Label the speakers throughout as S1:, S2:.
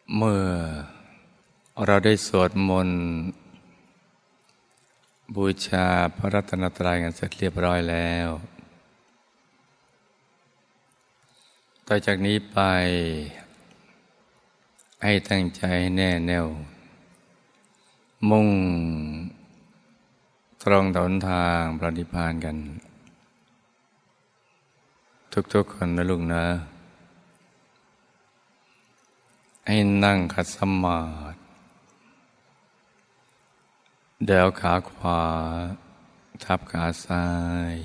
S1: เมื่อเราได้สวดมนต์บูชาพระรัตนตรัยกันเสร็จเรียบร้อยแล้วต่อจากนี้ไปให้ตั้งใจให้แน่แน่วมุ่งตรงต่อหนทางพระนิพพานกันทุกๆคนนะลูกนะให้นั่งขัดสมาธิเดี่ยวขาขวาทับขาซ้าย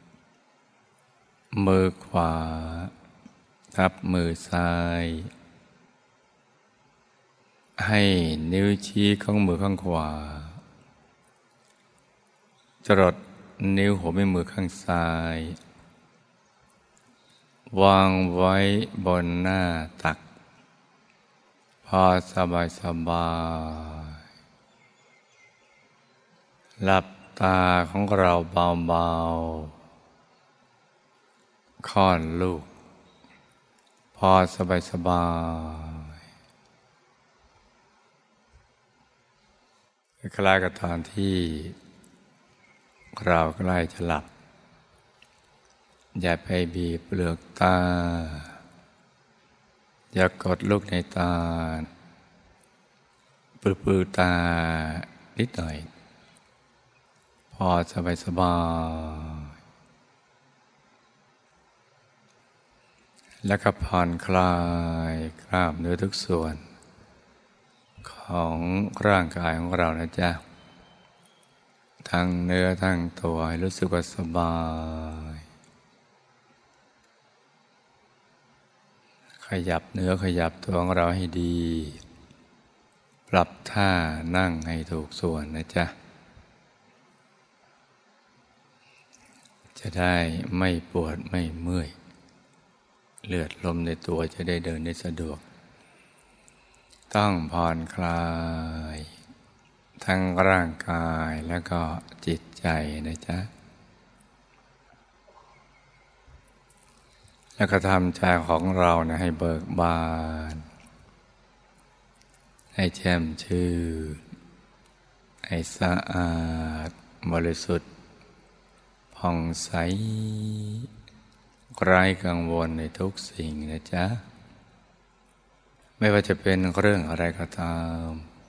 S1: มือขวาทับมือซ้ายให้นิ้วชี้ของมือข้างขวาจรดนิ้วหัวแม่มือข้างซ้ายวางไว้บนหน้าตักพอสบายหลับตาของเราเบาๆค่อนลูกพอสบายคล้ายกับตอนที่เราใกล้จะหลับอย่าไปบีบเปลือกตาอย่ากดลูกในตาปื้อตานิดหน่อยพอสบายแล้วก็ผ่อนคลายกล้ามเนื้อทุกส่วนของร่างกายของเรานะจ๊ะทั้งเนื้อทั้งตัวให้รู้สึกว่าสบายขยับเนื้อขยับตัวของเราให้ดีปรับท่านั่งให้ถูกส่วนนะจ๊ะจะได้ไม่ปวดไม่เมื่อยเลือดลมในตัวจะได้เดินได้สะดวกต้องผ่อนคลายทั้งร่างกายแล้วก็จิตใจนะจ๊ะแล้วก็ทำใจของเรานะให้เบิกบานให้แจ่มชื่นให้สะอาดบริสุทธิ์ผ่องใสไร้กังวลในทุกสิ่งนะจ๊ะไม่ว่าจะเป็นเรื่องอะไรก็ตาม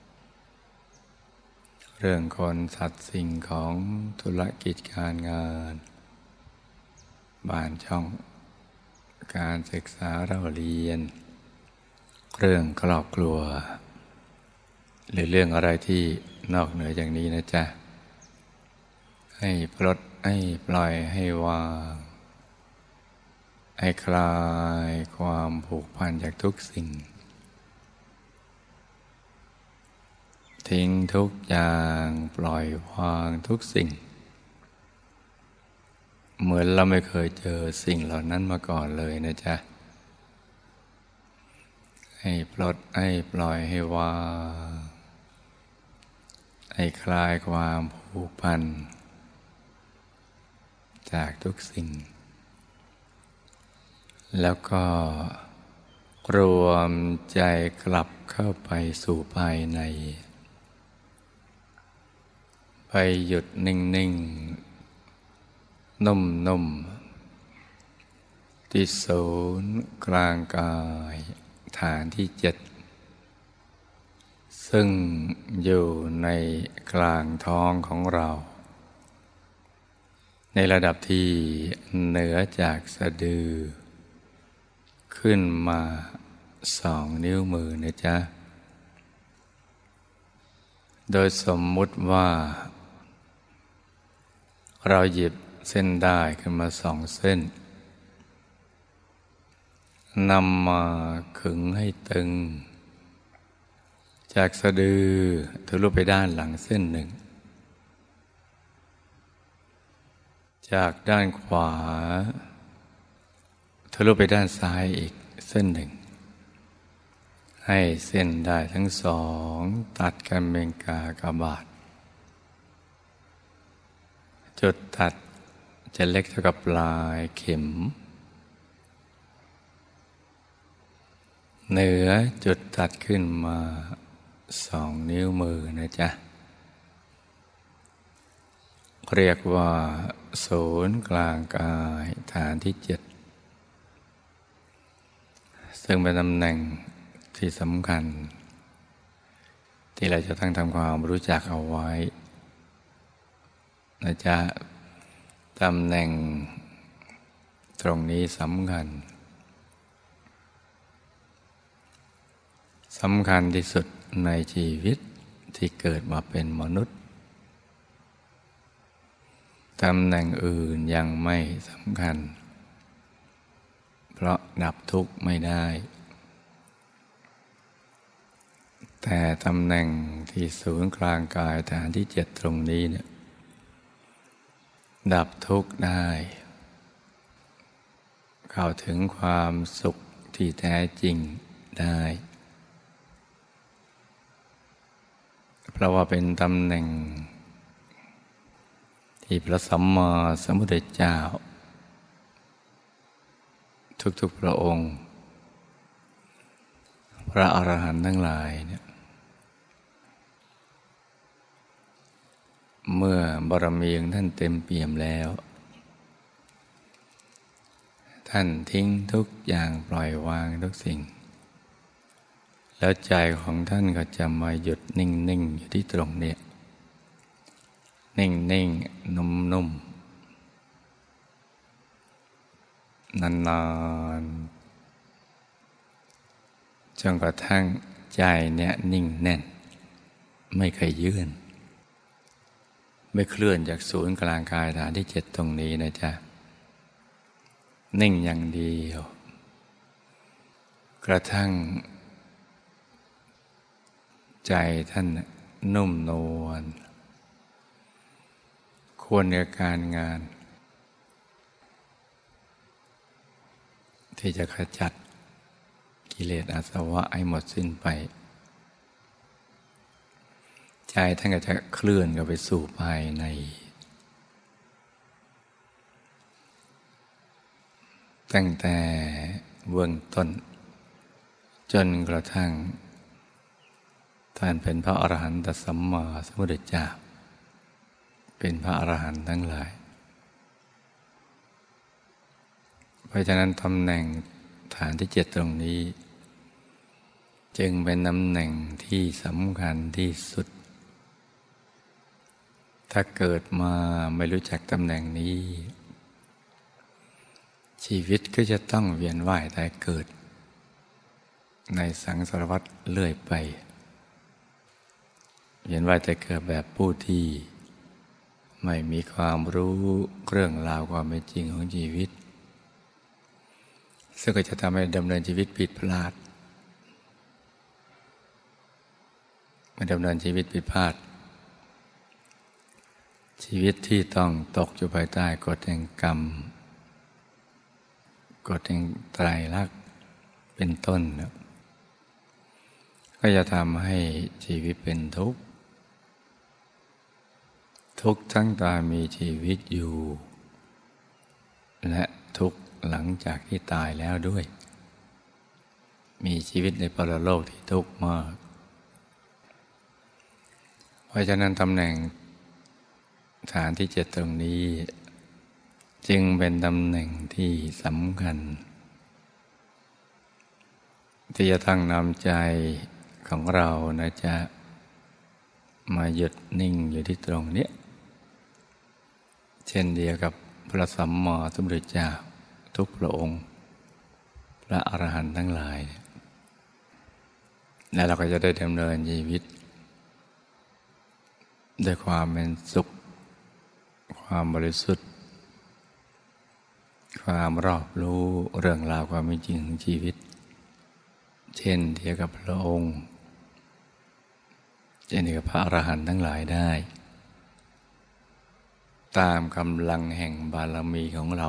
S1: เรื่องคนสัตว์สิ่งของธุรกิจการงานบ้านช่องการศึกษาเราเรียนเรื่องครอบครัวหรือเรื่องอะไรที่นอกเหนือจากนี้นะจ๊ะให้ปลดให้ปล่อยให้วางให้คลายความผูกพันจากทุกสิ่งทิ้งทุกอย่างปล่อยวางทุกสิ่งเหมือนเราไม่เคยเจอสิ่งเหล่านั้นมาก่อนเลยนะจ๊ะให้ปลดให้ปล่อยให้วางให้คลายความผูกพันจากทุกสิ่งแล้วก็รวมใจกลับเข้าไปสู่ภายในไปหยุดนิ่งๆนุ่มๆที่ศูนย์กลางกายฐานที่7ซึ่งอยู่ในกลางท้องของเราในระดับที่เหนือจากสะดือขึ้นมา2 นิ้วมือนะจ๊ะโดยสมมุติว่าเราหยิบเส้นด้ายขึ้นมา2 เส้นนำมาขึงให้ตึงจากสะดือทะลุไปด้านหลังเส้นหนึ่งจากด้านขวาทะลุไปด้านซ้ายอีกเส้นหนึ่งให้เส้นได้ทั้ง2ตัดกันเป็นกากบาทจุดตัดจะเล็กเท่ากับปลายเข็มเหนือจุดตัดขึ้นมา2 นิ้วมือนะจ๊ะเรียกว่าศูนย์กลางกายฐานที่ 7ซึ่งเป็นตำแหน่งที่สำคัญที่เราจะต้องทำความรู้จักเอาไว้นะจ๊ะตำแหน่งตรงนี้สำคัญที่สุดในชีวิตที่เกิดมาเป็นมนุษย์ตำแหน่งอื่นยังไม่สำคัญเพราะดับทุกข์ไม่ได้แต่ตำแหน่งที่ศูนย์กลางกายฐานที่ 7ตรงนี้เนี่ยดับทุกข์ได้เข้าถึงความสุขที่แท้จริงได้เพราะว่าเป็นตำแหน่งที่พระสัมมาสัมพุทธเจ้าทุกๆพระองค์พระอรหันต์ทั้งหลายเนี่ยเมื่อบารมีของท่านเต็มเปี่ยมแล้วท่านทิ้งทุกอย่างปล่อยวางทุกสิ่งแล้วใจของท่านก็จะมาหยุดนิ่งๆอยู่ที่ตรงนี้นิ่งๆนุ่มๆนานๆจนกระทั่งใจเนี่ยนิ่งแน่นไม่เคยยื่นไม่เคลื่อนจากศูนย์กลางกายฐานที่ 7ตรงนี้นะจ๊ะนิ่งอย่างเดียวกระทั่งใจท่านนุ่มนวลควรในการงานที่จะขจัดกิเลสอาสวะให้หมดสิ้นไปใจท่านก็จะเคลื่อนไปสู่ภายในตั้งแต่เบื้องต้นจนกระทั่งท่านเป็นพระอรหันตสัมมาสัมพุทธเจ้าเป็นพระอรหันต์ทั้งหลายเพราะฉะนั้นตำแหน่งฐานที่ 7ตรงนี้จึงเป็นตำแหน่งที่สำคัญที่สุดถ้าเกิดมาไม่รู้จักตำแหน่งนี้ชีวิตก็จะต้องเวียนว่ายตายเกิดในสังสารวัฏเรื่อยไปเวียนว่ายตายเกิดแบบผู้ที่ไม่มีความรู้เรื่องราวความเป็นจริงของชีวิตซึ่งก็จะทำให้ดำเนินชีวิตผิดพลาดมาดำเนินชีวิตผิดพลาดชีวิตที่ต้องตกอยู่ภายใต้กฎแห่งกรรมกฎแห่งไตรลักษณ์เป็นต้นก็จะทำให้ชีวิตเป็นทุกข์ทุกข์ทั้งตอนมีชีวิตอยู่และทุกข์หลังจากที่ตายแล้วด้วยมีชีวิตในปรโลกที่ทุกข์มากเพราะฉะนั้นตำแหน่งฐานที่ 7ตรงนี้จึงเป็นตำแหน่งที่สำคัญที่จะตั้งนำใจของเรานะจะมาหยุดนิ่งอยู่ที่ตรงนี้เช่นเดียวกับพระสัมมาสัมพุทธเจ้าทุกพระองค์พระอรหันต์ทั้งหลายและเราก็จะได้ดำเนินชีวิตด้วยความเป็นสุขความบริสุทธิ์ความรอบรู้เรื่องราวความเป็นจริงของชีวิตเช่นเดียวกับพระองค์เช่นเดียวกับพระอรหันต์ทั้งหลายได้ตามกำลังแห่งบารมีของเรา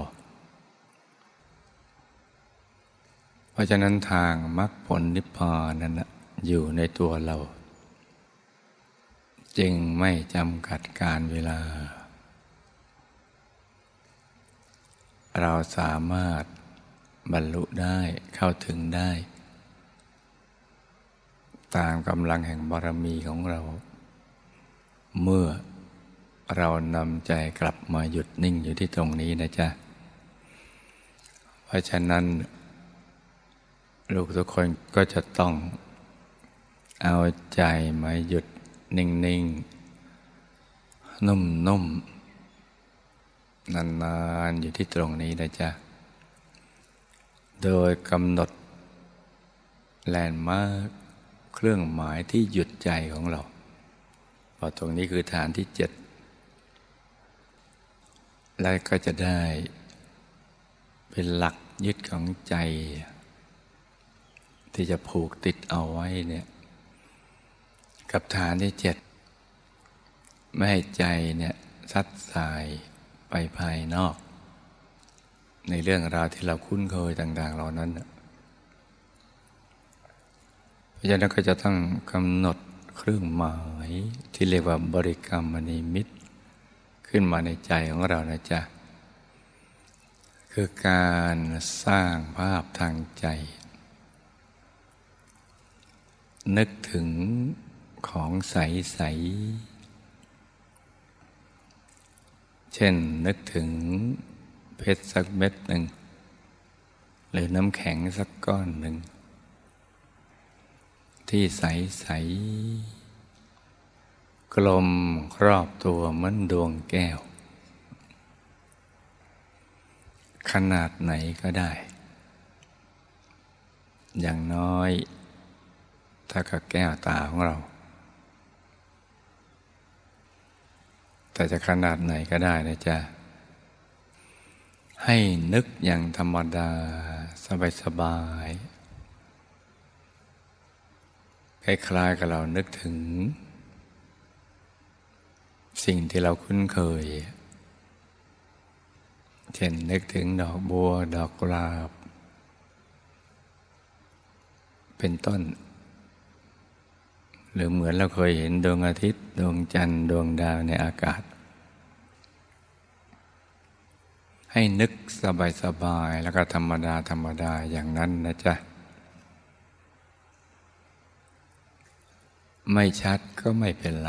S1: เพราะฉะนั้นทางมรรคผลนิพพานนั้นอยู่ในตัวเราจึงไม่จำกัดการเวลาเราสามารถบรรลุได้เข้าถึงได้ตามกำลังแห่งบารมีของเราเมื่อเรานำใจกลับมาหยุดนิ่งอยู่ที่ตรงนี้นะจ๊ะเพราะฉะนั้นลูกทุกคนก็จะต้องเอาใจมาหยุดนิ่งๆนุ่มๆนานๆอยู่ที่ตรงนี้นะจ๊ะโดยกำหนดแลนด์มาร์คเครื่องหมายที่หยุดใจของเราพอตรงนี้คือฐานที่7แล้วก็จะได้เป็นหลักยึดของใจที่จะผูกติดเอาไว้เนี่ยกับฐานที่7ไม่ให้ใจเนี่ยซัดสายไปภายนอกในเรื่องราวที่เราคุ้นเคยต่างๆเหล่านั้นเพราะฉะนั้นก็จะต้องกำหนดเครื่องหมายที่เรียกว่าบริกรรมนิมิตขึ้นมาในใจของเรานะจ๊ะคือการสร้างภาพทางใจนึกถึงของใสๆเช่นนึกถึงเพชรสักเม็ดหนึ่งหรือน้ำแข็งสักก้อนหนึ่งที่ใสๆกลมครอบตัวเหมือนดวงแก้วขนาดไหนก็ได้อย่างน้อยถ้ากับแก้วตาของเราแต่จะขนาดไหนก็ได้นะจ๊ะให้นึกอย่างธรรมดาสบายๆคล้ายๆกับเรานึกถึงสิ่งที่เราคุ้นเคยเช่นนึกถึงดอกบัวดอกกุหลาบเป็นต้นหรือเหมือนเราเคยเห็นดวงอาทิตย์ดวงจันทร์ดวงดาวในอากาศให้นึกสบายๆแล้วก็ธรรมดาอย่างนั้นนะจ๊ะไม่ชัดก็ไม่เป็นไร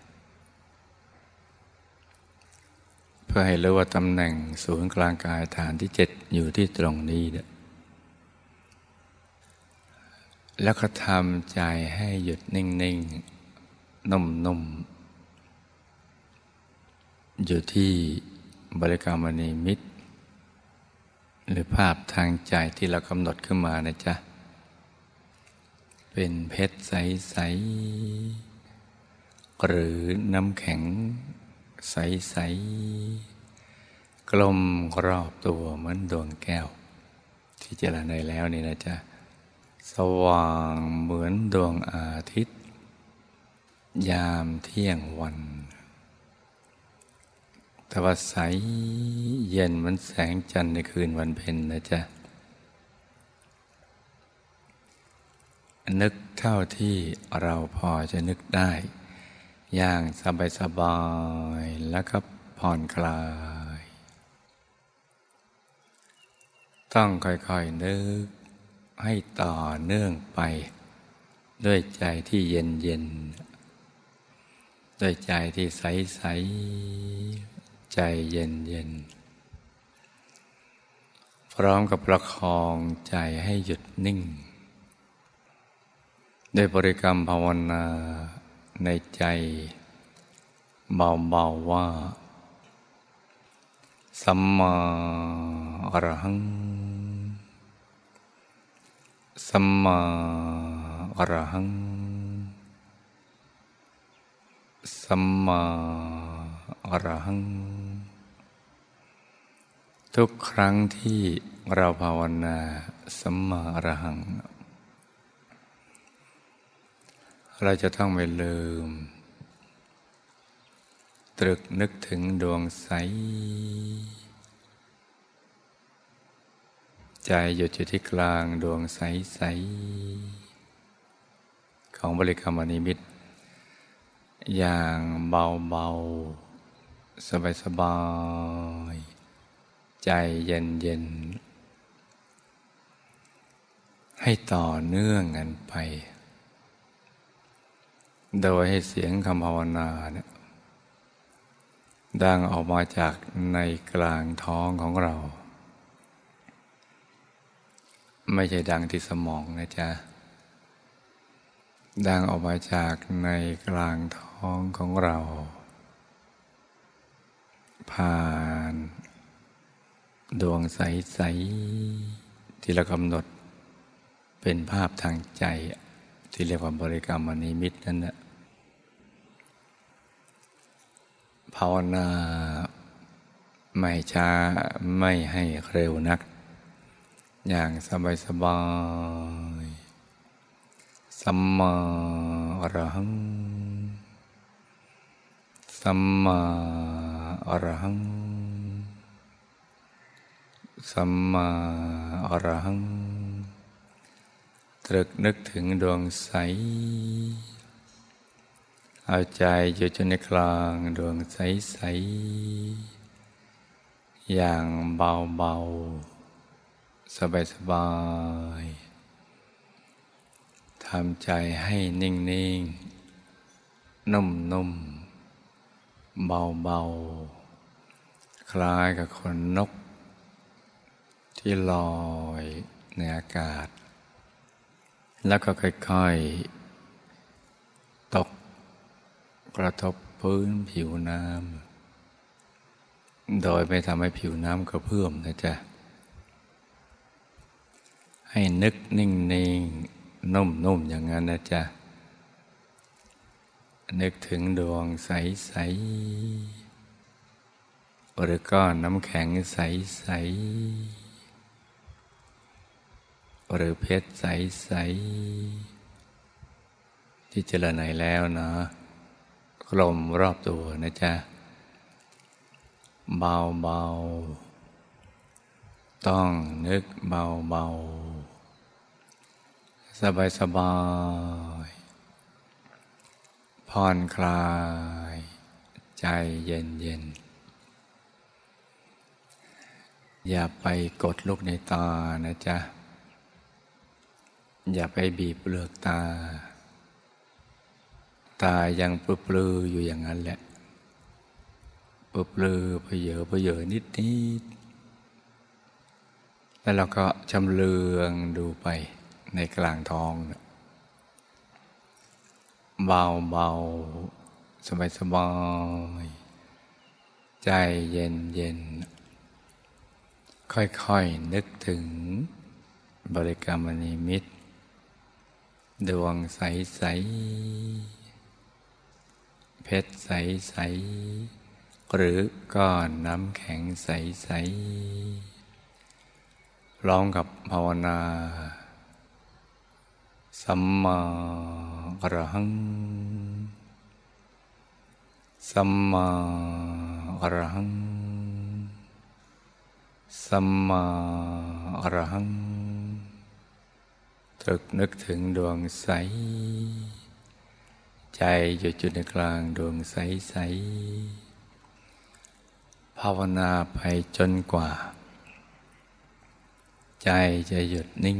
S1: เพื่อให้รู้ว่าตำแหน่งศูนย์กลางกายฐานที่7อยู่ที่ตรงนี้เนี่ยแล้วก็ทำใจให้หยุดนิ่งๆนุ่มๆอยู่ที่บริกรรมนิมิตหรือภาพทางใจที่เรากำหนดขึ้นมานะจ๊ะเป็นเพชรใสๆหรือน้ำแข็งใสๆกลมรอบตัวเหมือนดวงแก้วที่เจริญในแล้วนี่นะจ๊ะสว่างเหมือนดวงอาทิตย์ยามเที่ยงวันแต่ว่าใสเย็นเหมือนแสงจันทร์ในคืนวันเพ็ญนะจ๊ะนึกเท่าที่เราพอจะนึกได้อย่างสบายๆแล้วก็ผ่อนคลายต้องค่อยๆนึกให้ต่อเนื่องไปด้วยใจที่เย็นๆด้วยใจที่ใสๆใจเย็นๆพร้อมกับประคองใจให้หยุดนิ่งด้วยบริกรรมภาวนาในใจเบาๆว่าสัมมาอรหังสัมมาอรหังสัมมาอรหังทุกครั้งที่เราภาวนาสัมมาอรหังเราจะต้องไม่ลืมตรึกนึกถึงดวงใสใจหยุดอยู่ที่กลางดวงใสๆของบริกรรมนิมิตอย่างเบาๆสบายๆใจเย็นๆให้ต่อเนื่องกันไปโดยให้เสียงคำภาวนาเนี่ยดังออกมาจากในกลางท้องของเราไม่ใช่ดังที่สมองนะจ๊ะดังออกมาจากในกลางท้องของเราผ่านดวงใสๆที่เรากำหนดเป็นภาพทางใจที่เรียกว่าบริกรรมนิมิตนั่นแหละภาวนาไม่ช้าไม่ให้เร็วนักอย่างสบายๆสัมมาอรหังสัมมาอรหังสัมมาอรหังตรึกนึกถึงดวงใสเอาใจอยู่จนในกลางดวงใสๆอย่างเบาๆสบายๆทำใจให้นิ่งๆนุ่มๆเบาๆคล้ายกับขนนกที่ลอยในอากาศแล้วก็ค่อยๆตกกระทบพื้นผิวน้ำโดยไม่ทำให้ผิวน้ำกระเพื่อมนะจ๊ะให้นึกนิ่งๆนุ่มๆอย่างนั้นนะจ๊ะนึกถึงดวงใสๆหรือก้อนน้ำแข็งใสๆหรือเพชรใสๆที่เจริญไหนแล้วนะกลมรอบตัวนะจ๊ะเบาๆต้องนึกเบาๆสบายๆผ่อนคลายใจเย็นๆอย่าไปกดลูกในตานะจ๊ะอย่าไปบีบเปลือกตายังปลือๆอยู่อย่างนั้นแหละปลือเพเยอนิดแล้วเราก็ชำเลืองดูไปในกลางท้องเบาสบายใจเย็นค่อยนึกถึงบริกรรมนิมิตดวงใสเพชรใสๆหรือก้อนน้ำแข็งใสๆพร้อมกับภาวนาสัมมาอรหังสัมมาอรหังสัมมาอรหังตรึกนึกถึงดวงใสใจอยู่จุดในกลางดวงใสๆภาวนาไปจนกว่าใจจะหยุดนิ่ง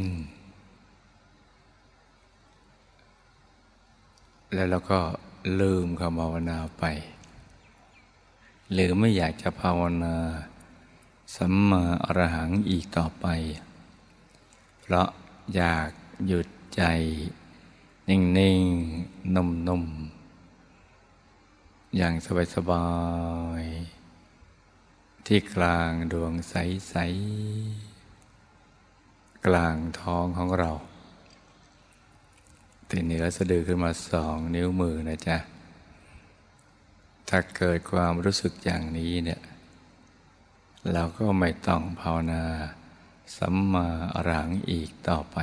S1: แล้วเราก็ลืมคำภาวนาไปหรือไม่อยากจะภาวนาสัมมาอรหังอีกต่อไปเพราะอยากหยุดใจนิ่งๆนุ่มๆอย่างสบายๆที่กลางดวงใสๆกลางท้องของเราที่เหนือสะดือขึ้นมา2 นิ้วมือนะจ๊ะถ้าเกิดความรู้สึกอย่างนี้เนี่ยเราก็ไม่ต้องภาวนาสัมมาอรหังอีกต่อไป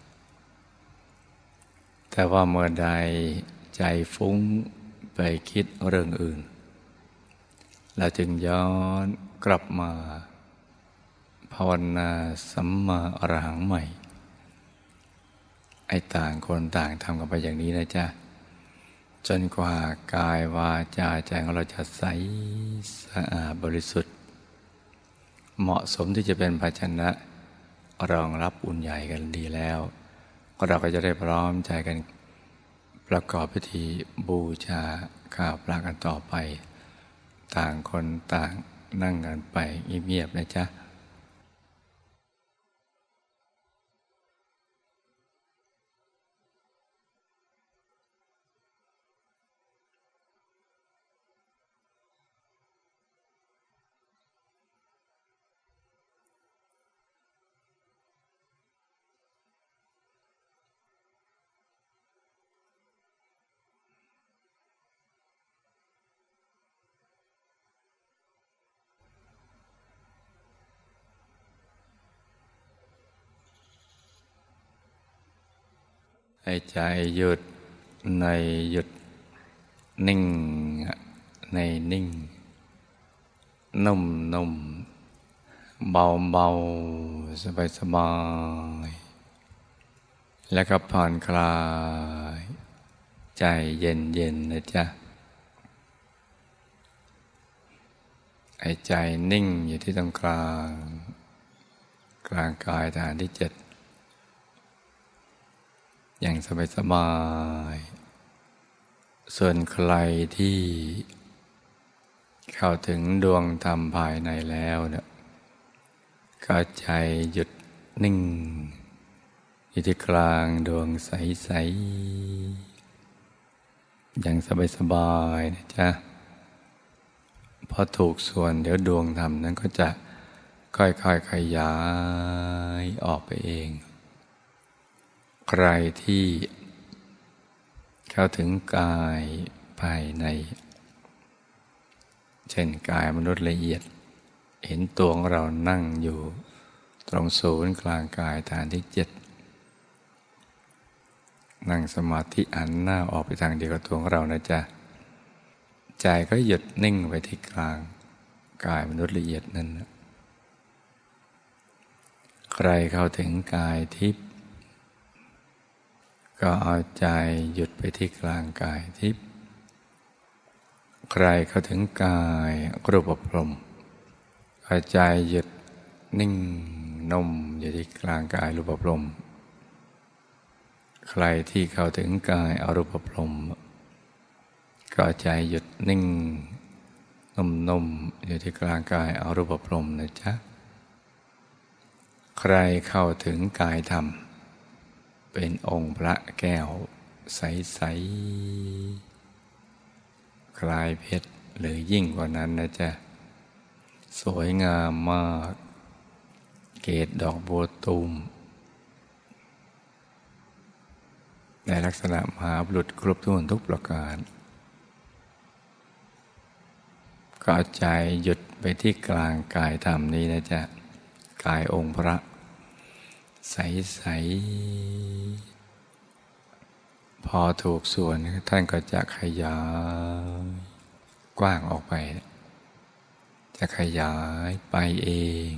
S1: แต่ว่าเมื่อใดใจฟุ้งไปคิดเรื่องอื่นเราจึงย้อนกลับมาภาวนาสัมมาอรหังใหม่ไอ้ต่างคนต่างทำกันไปอย่างนี้นะจ๊ะจนกว่ากายวาจาใจของเราจะใสสะอาดบริสุทธิ์เหมาะสมที่จะเป็นภาชนะรองรับอุ่นใหญ่กันดีแล้วเราก็จะได้พร้อมใจกันประกอบพิธีบูชาข้าวปลากันต่อไปต่างคนต่างนั่งกันไปเงียบๆนะจ๊ะให้ใจหยุดในหยุดนิ่งในนิ่งนุ่มนุ่มเบาเบาสบายสบายแล้วก็ผ่อนคลายใจเย็นเย็นนะจ๊ะให้ใจนิ่งอยู่ที่ตรงกลางกายฐานที่7อย่างสบายๆส่วนใครที่เข้าถึงดวงธรรมภายในแล้วเนี่ยก็ใจหยุดนิ่งอยู่ที่กลางดวงใสๆอย่างสบายๆนะจ๊ะพอถูกส่วนเดี๋ยวดวงธรรมนั้นก็จะค่อยๆขยายออกไปเองใครที่เข้าถึงกายภายในเช่นกายมนุษย์ละเอียดเห็นตัวของเรานั่งอยู่ตรงศูนย์กลางกายฐานที่7นั่งสมาธิหันหน้าออกไปทางเดียวกับตัวของเรานะจ๊ะใจก็หยุดนิ่งไปที่กลางกายมนุษย์ละเอียดนั้นนะใครเข้าถึงกายทิพย์ก็เอาใจหยุดไปที่กลางกายทิพย์ใครเข้าถึงกายรูปพรหมเอาใจหยุดนิ่งนุ่มอยู่ที่กลางกายรูปพรหมใครที่เข้าถึงกายอรูปพรหมก็เอาใจหยุดนิ่งนุ่มๆอยู่ที่กลางกายอรูปพรหมนะจ๊ะใครเข้าถึงกายธรรมเป็นองค์พระแก้วใสๆคล้ายเพชรหรือยิ่งกว่านั้นนะจ๊ะสวยงามมากเกศดอกบัวตูมในลักษณะมหาบุรุษครบถ้วนทุกประการก็เอาใจหยุดไปที่กลางกายธรรมนี้นะจ๊ะกายองค์พระใสๆพอถูกส่วนท่านก็จะขยายกว้างออกไปจะขยายไปเอง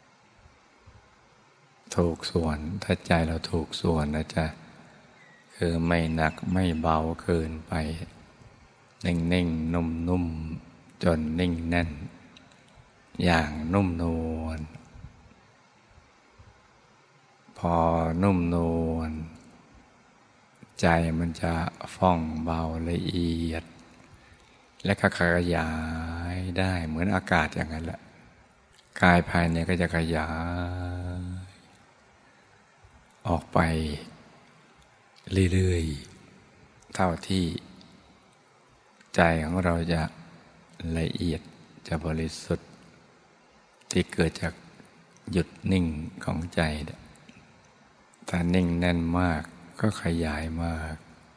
S1: ถูกส่วนถ้าใจเราถูกส่วนนะจ๊ะคือไม่หนักไม่เบาเกินไปนิ่งๆนุ่มๆจนนิ่งแน่นอย่างนุ่มนวลพอนุ่มนวลใจมันจะฟ่องเบาละเอียดและก็ขยายได้เหมือนอากาศอย่างนั้นแหละกายภายในก็จะขยายออกไปเรื่อยๆเท่าที่ใจของเราจะละเอียดจะบริสุทธิ์ที่เกิดจากหยุดนิ่งของใจถ้านิ่งแน่นมากก็ขยายมาก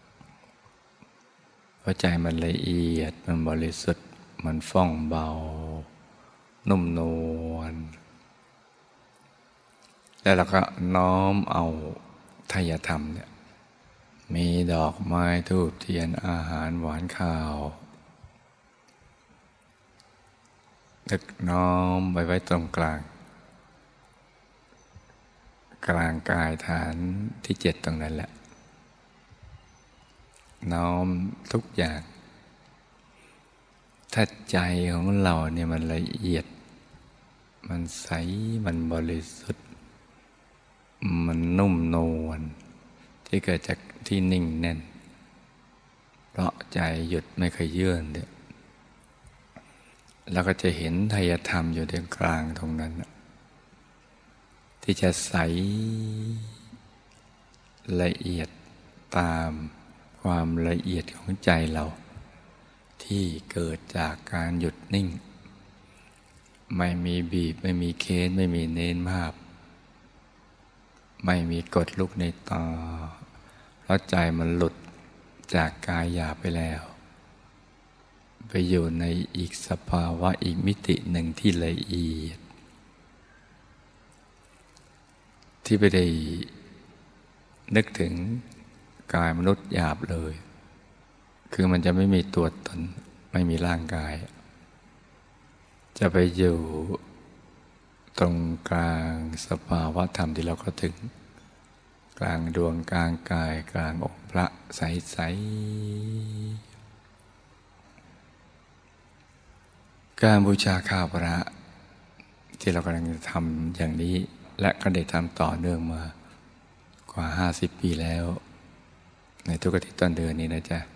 S1: เพราะใจมันละเอียดมันบริสุทธิ์มันฟ่องเบานุ่มนวลแล้วเราก็น้อมเอาไทยธรรมเนี่ยมีดอกไม้ธูปเทียนอาหารหวานข้าวนึกน้อมไว้ตรงกลางกายฐานที่7ตรงนั้นแหละน้อมทุกอย่างถ้าใจของเราเนี่ยมันละเอียดมันใสมันบริสุทธิ์มันนุ่มนวลที่เกิดจากที่นิ่งแน่นเพราะใจหยุดไม่เคยเยื่อนเนี่ยแล้วก็จะเห็นไตรธรรมอยู่ตรงกลางตรงนั้นที่จะใสละเอียดตามความละเอียดของใจเราที่เกิดจากการหยุดนิ่งไม่มีบีบไม่มีเค้นไม่มีเน้นภาพไม่มีกดลุกในตาเพราะใจมันหลุดจากกายหยาบไปแล้วไปอยู่ในอีกสภาวะอีกมิติหนึ่งที่ละเอียดที่ไม่ได้นึกถึงกายมนุษย์หยาบเลยคือมันจะไม่มีตัวตนไม่มีร่างกายจะไปอยู่ตรงกลางสภาวะธรรมที่เราเข้าถึงกลางดวงกลางกายกลางองค์พระใสๆการบูชาข้าวพระที่เรากำลังทำอย่างนี้และก็ได้ทำต่อเนื่องมากว่า50 ปีแล้วในทุกอาทิตย์ต้นเดือนนี้นะจ๊ะ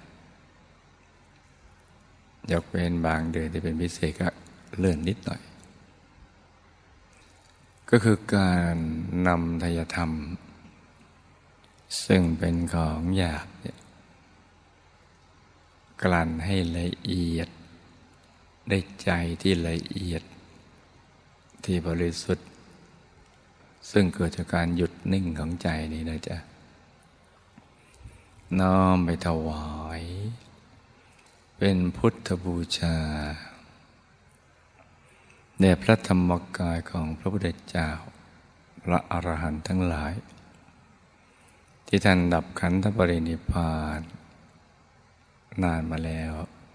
S1: ยกเว้นบางเดือนที่เป็นพิเศษก็เลื่อนนิดหน่อยก็คือการนำไตรธรรมซึ่งเป็นของหยาบเนี่ยกลั่นให้ละเอียดได้ใจที่ละเอียดที่บริสุทธิ์ซึ่งเกิดจากการหยุดนิ่งของใจนี่นะจ๊ะน้อมไปถวายเป็นพุทธบูชาแด่พระธรรมกายของพระพุทธเจ้าพระอรหันต์ทั้งหลายที่ท่านดับขันธปรินิพพานนานมาแล้ว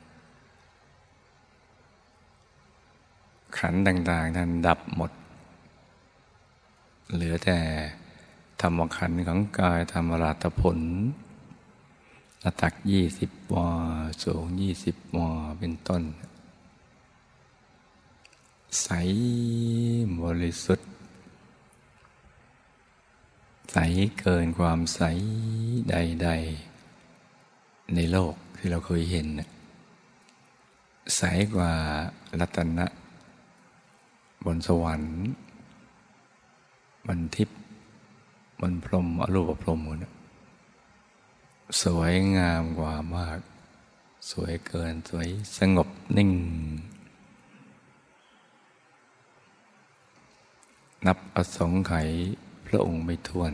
S1: ขันธ์ต่างๆท่านดับหมดเหลือแต่ธรรมขันธ์ของกายธรรมราตผลหน้าตัก20 วาสูง20 วาเป็นต้นใสบริสุทธิ์ใสเกินความใสใดๆในโลกที่เราเคยเห็นใสกว่ารัตนะบนสวรรค์บนทิพย์บนพรหมอรูปพรหมสวยงามกว่ามากสวยเกินสวยสงบนิ่งนับอสงไขยพระองค์ไม่ถ้วน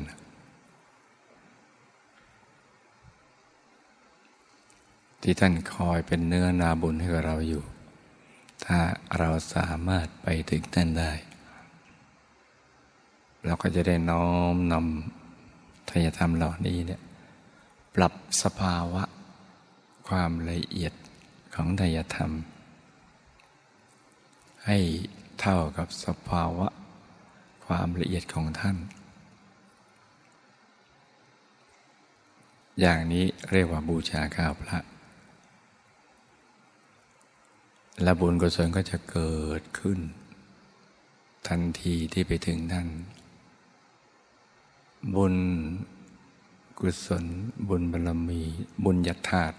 S1: ที่ท่านคอยเป็นเนื้อนาบุญให้กับเราอยู่ถ้าเราสามารถไปถึงท่านได้เราก็จะได้น้อมนำไตรธรรมเหล่านี้เนี่ยปรับสภาวะความละเอียดของไตรธรรมให้เท่ากับสภาวะความละเอียดของท่านอย่างนี้เรียกว่าบูชาข้าวพระและบุญกุศลก็จะเกิดขึ้นทันทีที่ไปถึงท่านบุญกุศลบุญบารมีบุญญาธาตุ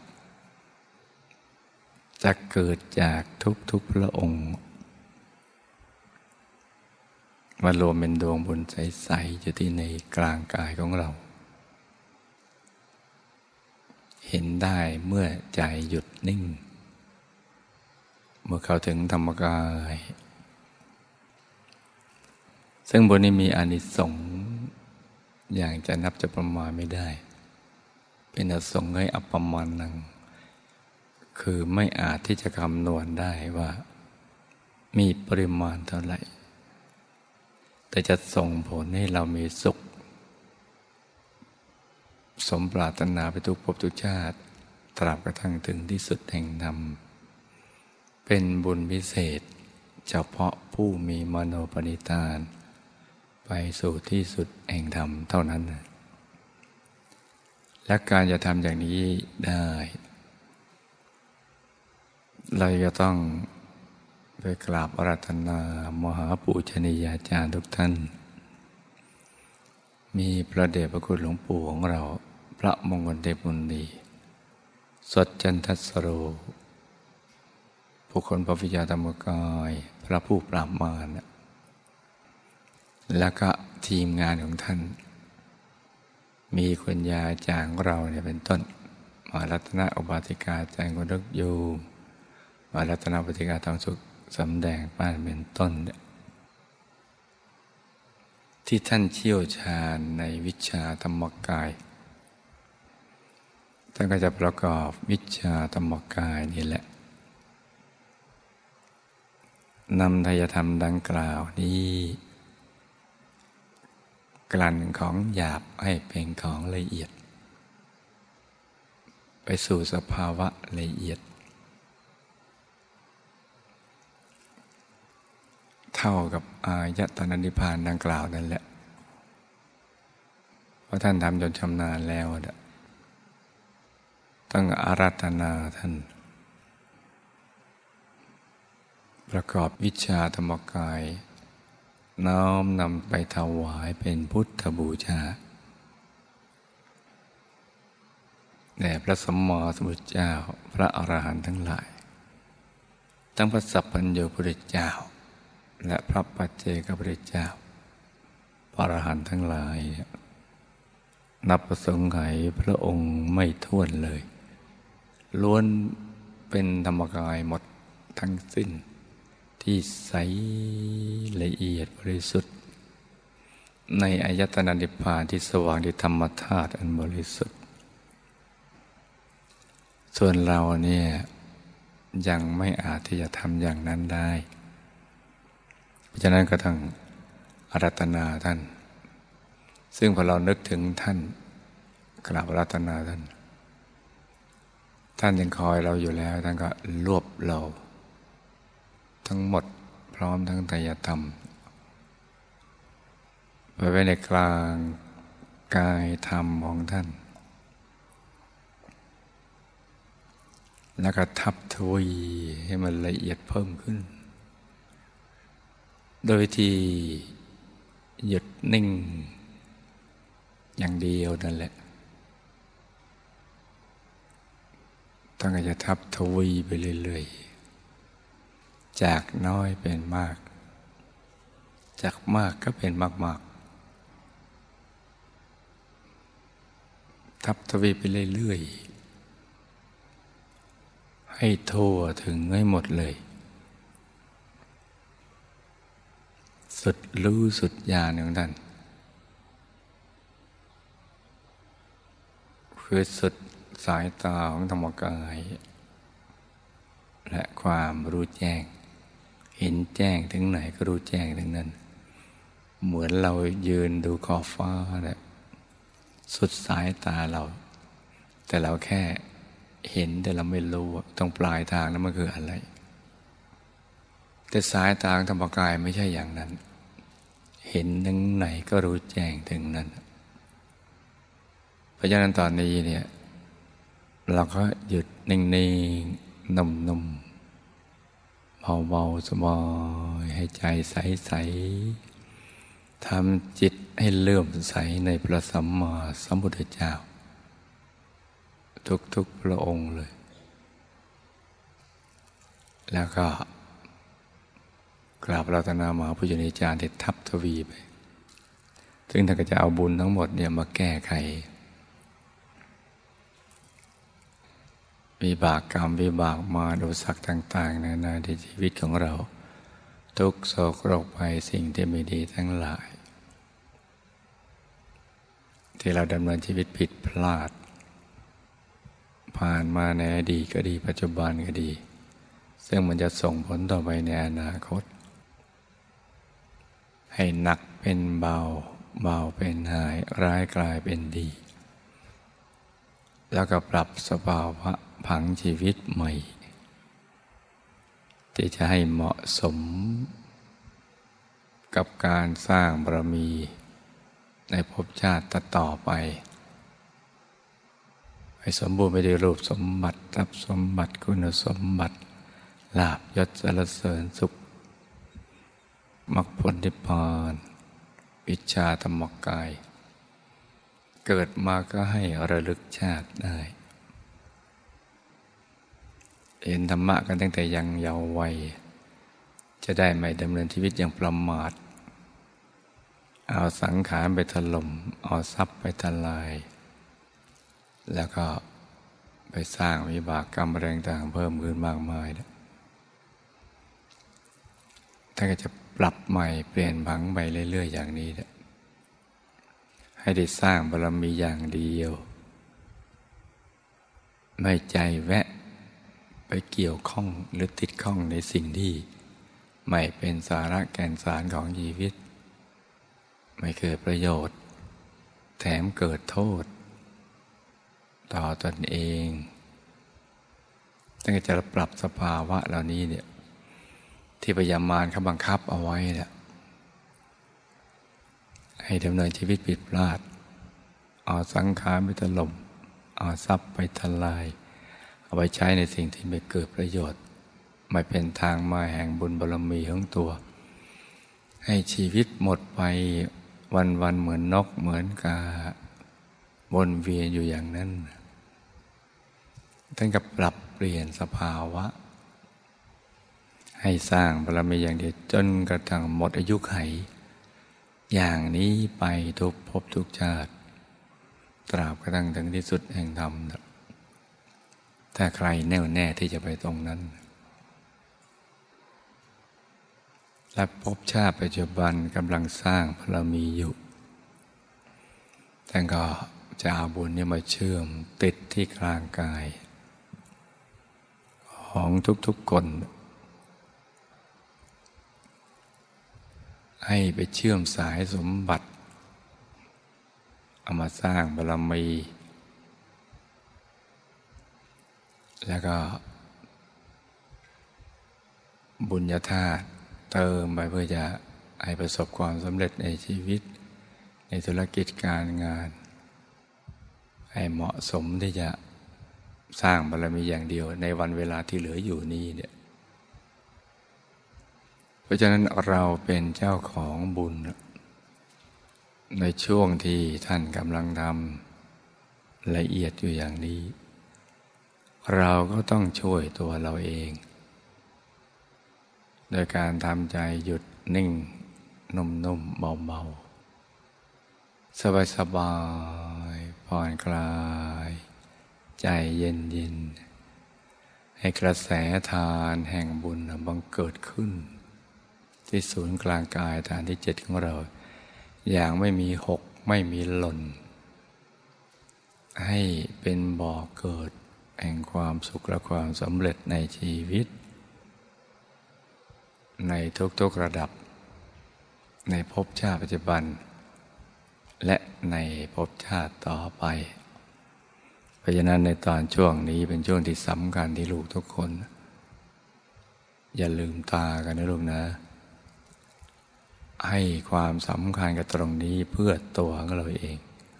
S1: จะเกิดจากทุกพระองค์มารวมเป็นดวงบุญใสๆอยู่ที่ในกลางกายของเราเห็นได้เมื่อใจหยุดนิ่งเมื่อเข้าถึงธรรมกายซึ่งบุญนี้มีอานิสงส์อย่างจะนับจะประมาณไม่ได้เป็นอานิสงส์ให้อัปปมาณังคือไม่อาจที่จะคำนวณได้ว่ามีปริมาณเท่าไหร่แต่จะส่งผลให้เรามีสุขสมปรารถนาไปทุกภพทุกชาติตราบกระทั่งถึงที่สุดแห่งธรรมเป็นบุญพิเศษเฉพาะผู้มีมโนปณิธานไปสู่ที่สุดแห่งธรรมเท่านั้นและการจะทำอย่างนี้ได้เราจะต้องไปกราบอาราธนามหาปูชนียาจารย์ทุกท่านมีพระเดชพระคุณหลวงปู่ของเราพระมงคลเทพมุนีสดจันทสโรบุคคลพระวิชาธรรมกายพระผู้ปราบมารแล้วก็ทีมงานของท่านมีคุณยายจางเราเนี่ยเป็นต้นมารัตนอุบาสิกาใจคนรักอยู่มารัตนอุบาสิกาทองสุขสำแดงป้านเป็นต้นที่ท่านเชี่ยวชาญในวิชาธรรมกายท่านก็จะประกอบวิชาธรรมกายนี่แหละนำไตรธรรมดังกล่าวนี้กลั่นของหยาบให้เป็นของละเอียดไปสู่สภาวะละเอียดเท่ากับอายตนะนิพพานดังกล่าวนั่นแหละเพราะท่านทำจนชำนาญแล้วต้องอาราธนาท่านประกอบวิชาธรรมกายน้อมนำไปถวายเป็นพุทธบูชาแด่พระสัมมาสัมพุทธเจ้าพระอรหันต์ทั้งหลายทั้งพระสัพพัญญูพุทธเจ้าและพระปัจเจกพุทธเจ้าพระอรหันต์ทั้งหลายนับประสงค์ไขพระองค์ไม่ถ้วนเลยล้วนเป็นธรรมกายหมดทั้งสิ้นที่ใสละเอียดบริสุทธิ์ในอายตนะนิพพานที่สว่างที่ธรรมธาตุอันบริสุทธิ์ส่วนเราเนี่ยยังไม่อาจที่จะทำอย่างนั้นได้เพราะฉะนั้นก็ต้องอาราธนาท่านซึ่งพอเรานึกถึงท่านกราบอาราธนาท่านยังคอยเราอยู่แล้วท่านก็รวบเราทั้งหมดพร้อมทั้งไตรธรรมไปไว้ในกลางกายธรรมของท่านแล้วก็ทับทวีให้มันละเอียดเพิ่มขึ้นโดยที่หยุดนิ่งอย่างเดียวนั่นแหละท่านก็จะทับทวีไปเรื่อยๆจากน้อยเป็นมากจากมากก็เป็นมากๆทับทวีไปเรื่อยๆให้ทั่วถึงให้หมดเลยสุดรู้สุดญาณของท่านคือสุดสายตาของธรรมกายและความรู้แจ้งเห็นแจ้งถึงไหนก็รู้แจ้งถึงนั้นเหมือนเรายืนดูขอบฟ้าเนี่ยสุดสายตาเราแต่เราแค่เห็นแต่เราไม่รู้ตรงปลายทางนั้นมันคืออะไรแต่สายตาของธรรมกายไม่ใช่อย่างนั้นเห็นถึงไหนก็รู้แจ้งถึงนั้นเพราะฉะนั้นตอนนี้เนี่ยเราก็หยุดนิ่งๆนุ่มๆเบาๆสบายให้ใจใสๆทำจิตให้เลื่อมใสในพระสัมมาสัมพุทธเจ้าทุกๆพระองค์เลยแล้วก็กราบอาราธนามหาปุญญาจารย์ที่ทับทวีไปซึ่งท่านก็จะเอาบุญทั้งหมดเนี่ยมาแก้ไขวิบากกรรมวิบากมาอุปสรรคต่างๆในชีวิตของเราทุกโศกโรคภัยสิ่งที่ไม่ดีทั้งหลายที่เราดำเนินชีวิตผิดพลาดผ่านมาในอดีตก็ดีปัจจุบันก็ดีซึ่งมันจะส่งผลต่อไปในอนาคตให้หนักเป็นเบาเบาเป็นหายร้ายกลายเป็นดีแล้วก็ปรับสภาวะผังชีวิตใหม่ที่จะให้เหมาะสมกับการสร้างบารมีในภพชาติต่อไปให้สมบูรณ์ไปด้วยรูปสมบัติทรัพย์สมบัติคุณสมบัติลาภยศสรรเสริญสุขมรรคผลนิพพานวิชาธรรมกายเกิดมาก็ให้ระลึกชาติได้เห็นธรรมะกันตั้งแต่ยังเยาว์วัยจะได้ไม่ดำเนินชีวิตอย่างประมาทเอาสังขารไปถล่มเอาทรัพย์ไปทลายแล้วก็ไปสร้างวิบากกรรมแรงต่างเพิ่มขึ้นมากมายท่านก็จะปรับใหม่เปลี่ยนผังไปเรื่อยๆอย่างนี้ให้ได้สร้างบารมีอย่างเดียวไม่ใจแวะไปเกี่ยวข้องหรือติดข้องในสิ่งที่ไม่เป็นสาระแก่นสารของชีวิตไม่เกิดประโยชน์แถมเกิดโทษต่อตนเองตั้งแต่จะปรับสภาวะเหล่านี้เนี่ยที่พยามารเขาบังคับเอาไว้เนี่ยให้ดำเนินชีวิตผิดพลาดเอาสังขารไปถล่มเอาทรัพย์ไปทลายเอาไปใช้ในสิ่งที่ไม่เกิดประโยชน์ไม่เป็นทางมาแห่งบุญบารมีของตัวให้ชีวิตหมดไปวันๆเหมือนนกเหมือนกาวนเวียนอยู่อย่างนั้นท่านก็ปรับเปลี่ยนสภาวะให้สร้างบารมีอย่างเดียวจนกระทั่งหมดอายุไขอย่างนี้ไปทุกภพทุกชาติตราบกระทั่งถึงที่สุดแห่งธรรมถ้าใครแน่วแน่ที่จะไปตรงนั้นและภพชาติปัจจุบันกำลังสร้างบารมีอยู่ท่านก็จะเอาบุญนี้มาเชื่อมติดที่กลางกายของทุกๆคนให้ไปเชื่อมสายสมบัติเอามาสร้างบารมีแล้วก็บุญญาธาตุเติมไปเพื่อจะให้ประสบความสำเร็จในชีวิตในธุรกิจการงานให้เหมาะสมที่จะสร้างบารมีอย่างเดียวในวันเวลาที่เหลืออยู่นี้เนี่ยเพราะฉะนั้นเราเป็นเจ้าของบุญในช่วงที่ท่านกำลังทำละเอียดอยู่อย่างนี้เราก็ต้องช่วยตัวเราเองโดยการทำใจหยุดนิ่งนุ่มๆเบาๆสบายๆผ่อนคลายใจเย็นๆให้กระแสทานแห่งบุญบังเกิดขึ้นที่ศูนย์กลางกายฐานที่ 7ของเราอย่างไม่มีหกไม่มีหล่นให้เป็นบ่อเกิดแห่งความสุขและความสำเร็จในชีวิตในทุกๆระดับในภพชาติปัจจุบันและในภพชาติต่อไปเพราะฉะนั้นในตอนช่วงนี้เป็นช่วงที่สำคัญที่ลูกทุกคนอย่าลืมตากันนะลูกนะให้ความสำคัญกับตรงนี้เพื่อตัวของเราเอง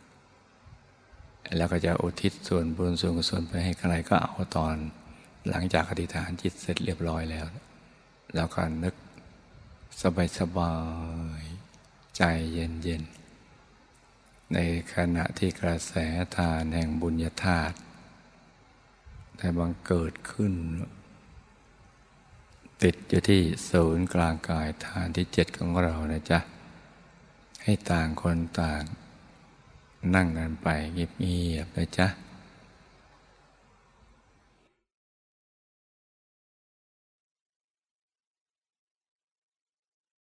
S1: แล้วก็จะอุทิศส่วนบุญส่วนกุศลไปให้ใครก็เอาตอนหลังจากอธิษฐานจิตเสร็จเรียบร้อยแล้วก็นึกสบายๆใจเย็นๆในขณะที่กระแสทานแห่งบุญญาธาตุได้บังเกิดขึ้นติดอยู่ที่ศูนย์กลางกายฐานที่ 7ของเรานะจ๊ะให้ต่างคนต่างนั่งกันไปเงียบๆนะจ๊ะ